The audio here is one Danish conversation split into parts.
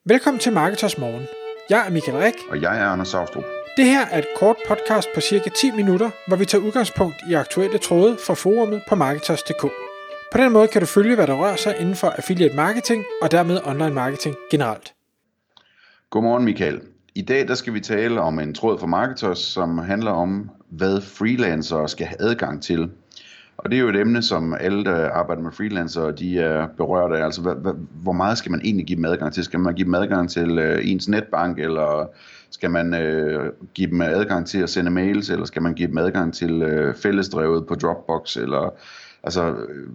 Velkommen til Marketers Morgen. Jeg er Michael Rik. Og jeg er Anders Saustrup. Det her er et kort podcast på cirka 10 minutter, hvor vi tager udgangspunkt i aktuelle tråde fra forumet på Marketers.dk. På den måde kan du følge, hvad der rører sig inden for affiliate marketing og dermed online marketing generelt. Godmorgen Michael. I dag der skal vi tale om en tråd fra Marketers, som handler om, hvad freelancere skal have adgang til. Og det er jo et emne, som alle, der arbejder med freelancere, de er berørt af. Altså, hvor meget skal man egentlig give dem adgang til? Skal man give dem adgang til ens netbank, eller skal man give dem adgang til at sende mails, eller skal man give dem adgang til fællesdrevet på Dropbox? Eller, altså,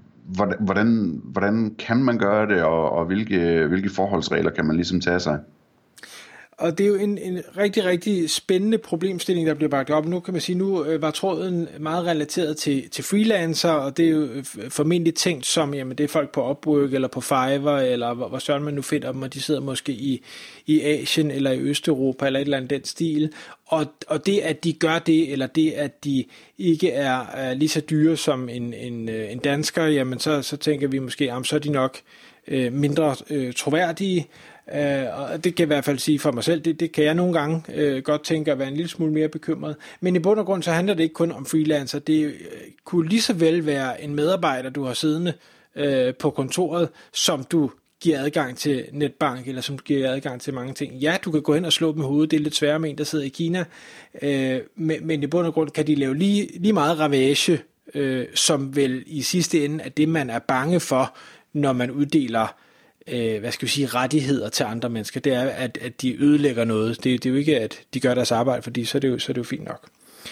hvordan kan man gøre det, og hvilke forholdsregler kan man ligesom tage sig? Og det er jo en rigtig, rigtig spændende problemstilling, der bliver bragt op. Nu kan man sige, nu var tråden meget relateret til freelancer, og det er jo formentlig tænkt som, jamen det er folk på Upwork eller på Fiverr, eller hvor søren man nu finder dem, og de sidder måske i Asien eller i Østeuropa, eller et eller andet den stil. Og det, at de gør det, eller det, at de ikke er lige så dyre som en dansker, jamen så tænker vi måske, så er de nok mindre troværdige. Og det kan jeg i hvert fald sige for mig selv, det kan jeg nogle gange godt tænke at være en lille smule mere bekymret. Men i bund og grund så handler det ikke kun om freelancer. Det kunne lige så vel være en medarbejder, du har siddende på kontoret, som du giver adgang til netbank, eller som du giver adgang til mange ting. Ja, du kan gå hen og slå dem i hovedet, det er lidt sværere med en, der sidder i Kina, men i bund og grund kan de lave lige meget ravage, som vel i sidste ende er det, man er bange for, når man uddeler rettigheder til andre mennesker. Det er, at de ødelægger noget. Det er jo ikke, at de gør deres arbejde, fordi så er det jo fint nok.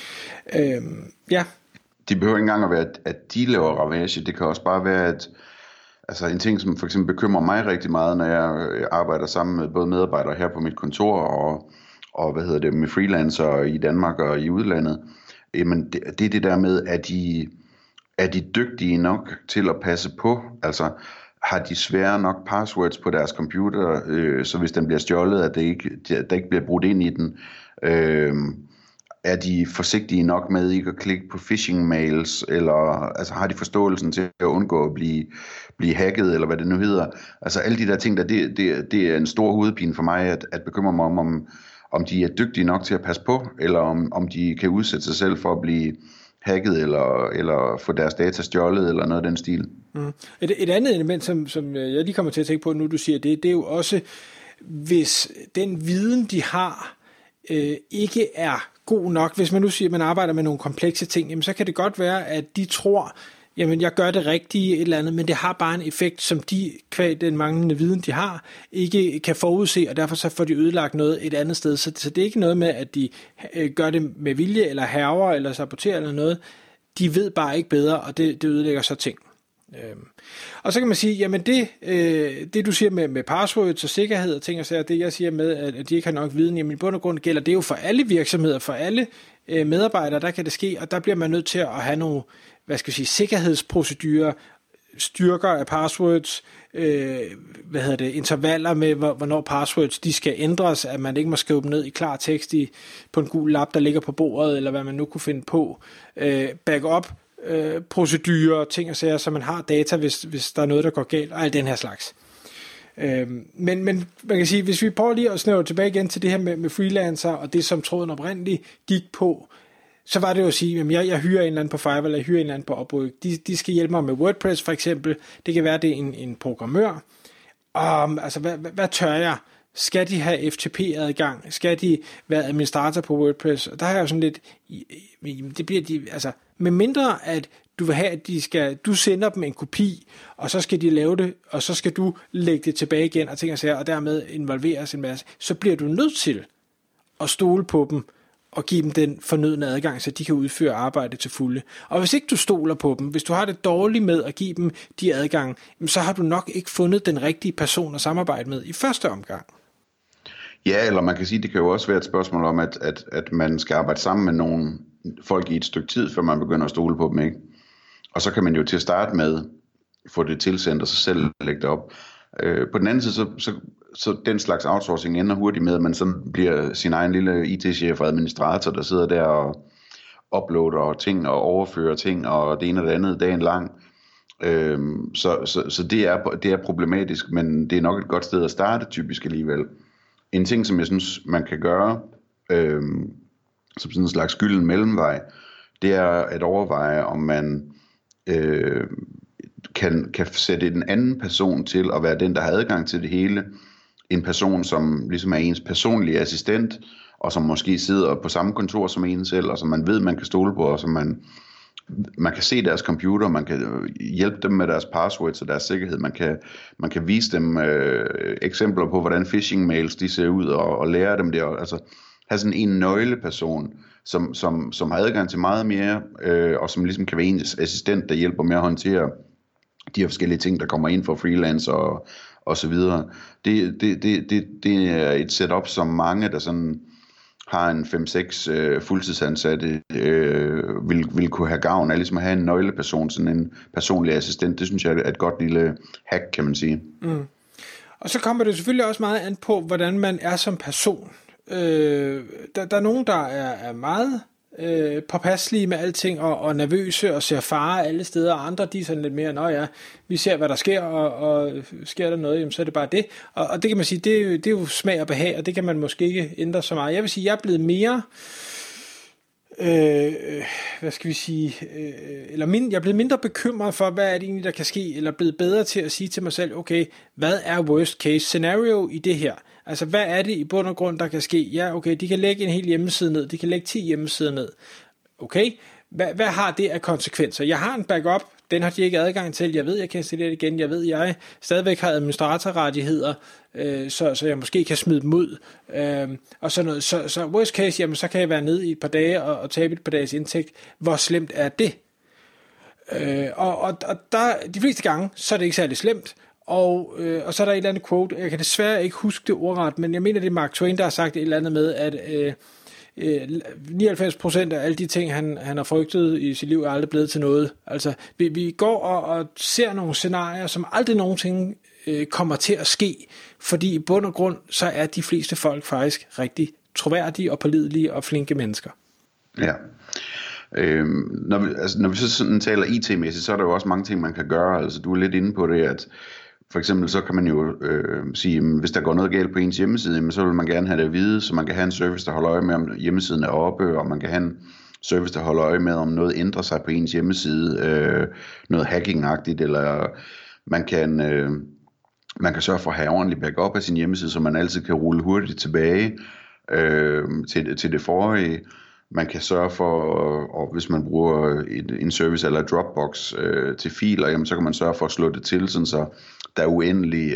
Ja. Det behøver ikke engang at være, at de laver ravage. Det kan også bare være, at en ting, som for eksempel bekymrer mig rigtig meget, når jeg arbejder sammen med både medarbejdere her på mit kontor og med freelancer i Danmark og i udlandet. Jamen, det er det der med, at de dygtige nok til at passe på, altså har de svære nok passwords på deres computer, så hvis den bliver stjålet, at der ikke bliver brudt ind i den. Er de forsigtige nok med ikke at klikke på phishing mails, eller har de forståelsen til at undgå at blive hacket, eller hvad det nu hedder. Altså alle de der ting, det er en stor hovedpine for mig, at bekymre mig om de er dygtige nok til at passe på, eller om de kan udsætte sig selv for at blive hacket, eller få deres data stjålet, eller noget af den stil. Mm. Et andet element, som jeg lige kommer til at tænke på, nu du siger det er jo også, hvis den viden, de har, ikke er god nok. Hvis man nu siger, at man arbejder med nogle komplekse ting, jamen, så kan det godt være, at de tror, jamen jeg gør det rigtige et eller andet, men det har bare en effekt, som de, kvad den manglende viden, de har, ikke kan forudse, og derfor så får de ødelagt noget et andet sted. Så det er ikke noget med, at de gør det med vilje, eller hærger, eller saboterer, eller noget. De ved bare ikke bedre, og det ødelægger så ting. Og så kan man sige, jamen det du siger med passwords og sikkerhed og ting og sager, det jeg siger med, at de ikke har nok viden, jamen i bund og grund gælder det jo for alle virksomheder, for alle medarbejdere, der kan det ske, og der bliver man nødt til at have nogle, sikkerhedsprocedurer, styrker af passwords, intervaller med, hvornår passwords de skal ændres, at man ikke må skrive dem ned i klar tekst på en gul lap, der ligger på bordet, eller hvad man nu kunne finde på, backup, procedurer, ting og sager, så man har data, hvis der er noget, der går galt, og alt den her slags. Men man kan sige, hvis vi prøver lige at snævre tilbage igen til det her med freelancer, og det som tråden oprindeligt gik på, så var det jo at sige, at jeg hyrer en eller anden på Fiverr, eller jeg hyrer en eller anden på Upwork. De skal hjælpe mig med WordPress for eksempel. Det kan være, det er en programmør. Hvad tør jeg? Skal de have FTP-adgang? Skal de være administrator på WordPress? Og der har jeg jo sådan lidt, det bliver de, med mindre at du vil have, at du sender dem en kopi, og så skal de lave det, og så skal du lægge det tilbage igen, og ting og sager, og dermed involveres en masse, så bliver du nødt til at stole på dem, og give dem den fornødne adgang, så de kan udføre arbejdet til fulde. Og hvis ikke du stoler på dem, hvis du har det dårligt med at give dem de adgang, så har du nok ikke fundet den rigtige person at samarbejde med i første omgang. Ja, eller man kan sige, det kan jo også være et spørgsmål om, at man skal arbejde sammen med nogle folk i et stykke tid, før man begynder at stole på dem, ikke? Og så kan man jo til at starte med få det tilsendt og så selv lægge det op. På den anden side, så den slags outsourcing ender hurtigt med, at man sådan bliver sin egen lille IT-chef og administrator, der sidder der og uploader ting og overfører ting og det ene og det andet dagen lang. Så det er problematisk, men det er nok et godt sted at starte typisk alligevel. En ting, som jeg synes, man kan gøre, som sådan en slags gylden mellemvej, det er at overveje, om man kan sætte en anden person til at være den, der har adgang til det hele. En person, som ligesom er ens personlige assistent, og som måske sidder på samme kontor som en selv, og som man ved, man kan stole på, og som man kan se deres computer, man kan hjælpe dem med deres passwords og deres sikkerhed, man kan vise dem eksempler på, hvordan phishing mails de ser ud, og lære dem det, og altså have sådan en nøgleperson, som har adgang til meget mere, og som ligesom kan være ens assistent, der hjælper med at håndtere de her forskellige ting, der kommer ind for freelance og så videre. Det er et setup, som mange, der sådan har en 5-6 fuldtidsansatte, vil kunne have gavn af, ligesom at have en nøgleperson, sådan en personlig assistent. Det synes jeg er et godt lille hack, kan man sige. Mm. Og så kommer det selvfølgelig også meget an på, hvordan man er som person. Der er nogen, der er meget påpasselige med alting og nervøse og ser fare alle steder, og andre de er sådan lidt mere, nå ja, vi ser hvad der sker, og sker der noget, jamen, så er det bare det, og det kan man sige, det er jo smag og behag, og det kan man måske ikke ændre så meget. Jeg vil sige, jeg er blevet mere hvad skal vi sige, jeg er blevet mindre bekymret for, hvad er det egentlig, der kan ske, eller blevet bedre til at sige til mig selv, okay, hvad er worst case scenario i det her? Altså, hvad er det i bund og grund, der kan ske? Ja, okay, de kan lægge en hel hjemmeside ned, de kan lægge 10 hjemmesider ned. Okay, hvad har det af konsekvenser? Jeg har en backup, den har de ikke adgang til, jeg ved, jeg kan installere det igen, jeg ved, jeg stadigvæk har administratorrettigheder, så jeg måske kan smide dem ud, og sådan noget. Så worst case, jamen, så kan jeg være nede i et par dage og tabe et par dages indtægt. Hvor slemt er det? Og der, de fleste gange, så er det ikke særlig slemt. Og så er der et eller andet quote, jeg kan desværre ikke huske det ordret, men jeg mener, det er Mark Twain, der har sagt et eller andet med, at 99% af alle de ting, han har frygtet i sit liv, er aldrig blevet til noget. Altså, vi går og ser nogle scenarier, som aldrig nogensinde kommer til at ske, fordi i bund og grund, så er de fleste folk faktisk rigtig troværdige og pålidelige og flinke mennesker. Ja. Når vi så sådan taler IT-mæssigt, så er der jo også mange ting, man kan gøre. Altså, du er lidt inde på det, at for eksempel så kan man jo sige, at hvis der går noget galt på ens hjemmeside, så vil man gerne have det at vide, så man kan have en service, der holder øje med, om hjemmesiden er oppe, og man kan have en service, der holder øje med, om noget ændrer sig på ens hjemmeside, noget hacking-agtigt, eller man kan sørge for at have ordentlig backup af sin hjemmeside, så man altid kan rulle hurtigt tilbage til det forrige. Man kan sørge for, og hvis man bruger en service eller Dropbox til filer, jamen, så kan man sørge for at slå det til, sådan så der er uendelig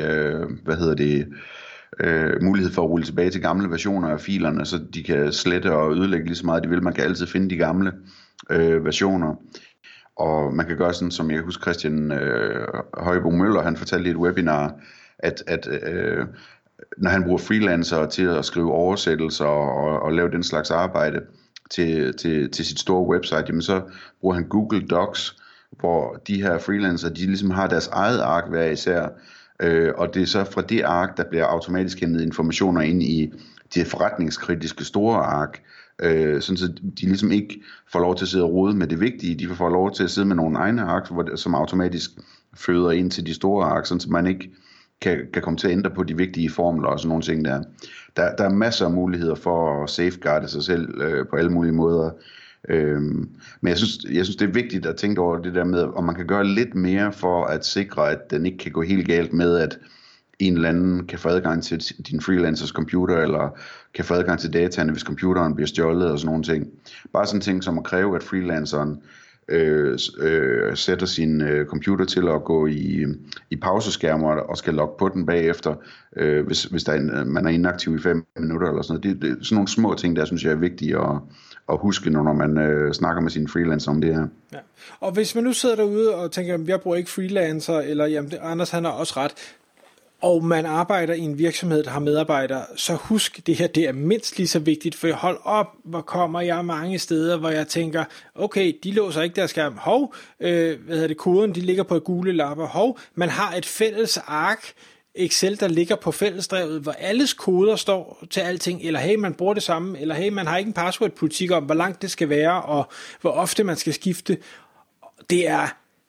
mulighed for at rulle tilbage til gamle versioner af filerne, så de kan slette og ødelægge lige så meget de vil. Man kan altid finde de gamle versioner. Og man kan gøre sådan, som jeg husker Christian Højbo Møller, han fortalte i et webinar, at når han bruger freelancer til at skrive oversættelser og lave den slags arbejde til sit store website, jamen så bruger han Google Docs, hvor de her freelancer, de ligesom har deres eget ark hver især, og det er så fra det ark, der bliver automatisk hentet informationer ind i de forretningskritiske store ark, sådan så de ligesom ikke får lov til at sidde og rode med det vigtige, de får lov til at sidde med nogle egne ark, som automatisk føder ind til de store ark, sådan så man ikke kan komme til at ændre på de vigtige formler og sådan nogle ting der. Der er masser af muligheder for at safeguarde sig selv på alle mulige måder. Men jeg synes det er vigtigt at tænke over det der med, om man kan gøre lidt mere for at sikre, at den ikke kan gå helt galt med, at en eller anden kan få adgang til din freelancers computer, eller kan få adgang til dataene, hvis computeren bliver stjålet og sådan nogle ting. Bare sådan ting som at kræve, at freelanceren sætter sin computer til at gå i pauseskærmer og skal logge på den bagefter, hvis man er inaktiv i 5 minutter eller sådan noget. Det er sådan nogle små ting, der synes jeg er vigtige at huske, når man snakker med sine freelancer om det her. Ja. Og hvis man nu sidder derude og tænker, at jeg bruger ikke freelancer, eller jamen, Anders han har også ret, og man arbejder i en virksomhed, der har medarbejdere, så husk, det her det er mindst lige så vigtigt, for hold op, hvor kommer jeg mange steder, hvor jeg tænker, okay, de låser ikke deres skærm, koden, de ligger på gule lapper, man har et fælles ark, Excel, der ligger på fællesdrevet, hvor alles koder står til alting, eller hey, man bruger det samme, eller hey, man har ikke en password-politik om, hvor langt det skal være, og hvor ofte man skal skifte. Det er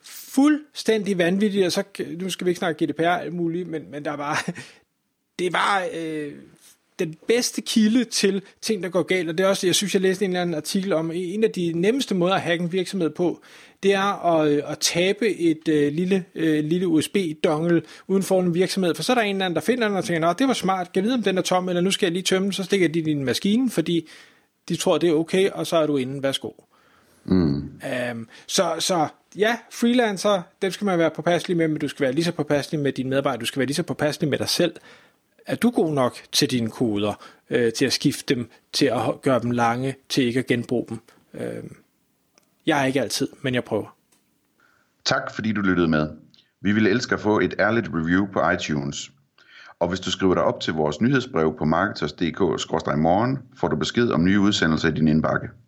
fuldstændig vanvittigt, og så, nu skal vi ikke snakke GDPR alt muligt, men der var, det var den bedste kilde til ting, der går galt, og det er også, jeg synes, jeg læste en eller anden artikel om, en af de nemmeste måder at hacke en virksomhed på, det er at tabe et lille USB-dongle uden for en virksomhed, for så er der en eller anden, der finder den og tænker, det var smart, kan jeg vide, om den er tom, eller nu skal jeg lige tømme den, så stikker de din maskine, fordi de tror, det er okay, og så er du inde, værsgo. Så ja, freelancer, dem skal man være påpasselig med, men du skal være lige så påpasselig med dine medarbejdere, du skal være lige så påpasselig med dig selv. Er du god nok til dine koder, til at skifte dem, til at gøre dem lange, til ikke at genbruge dem? Jeg er ikke altid, men jeg prøver. Tak fordi du lyttede med. Vi ville elske at få et ærligt review på iTunes. Og hvis du skriver dig op til vores nyhedsbrev på marketers.dk/morgen, får du besked om nye udsendelser i din indbakke.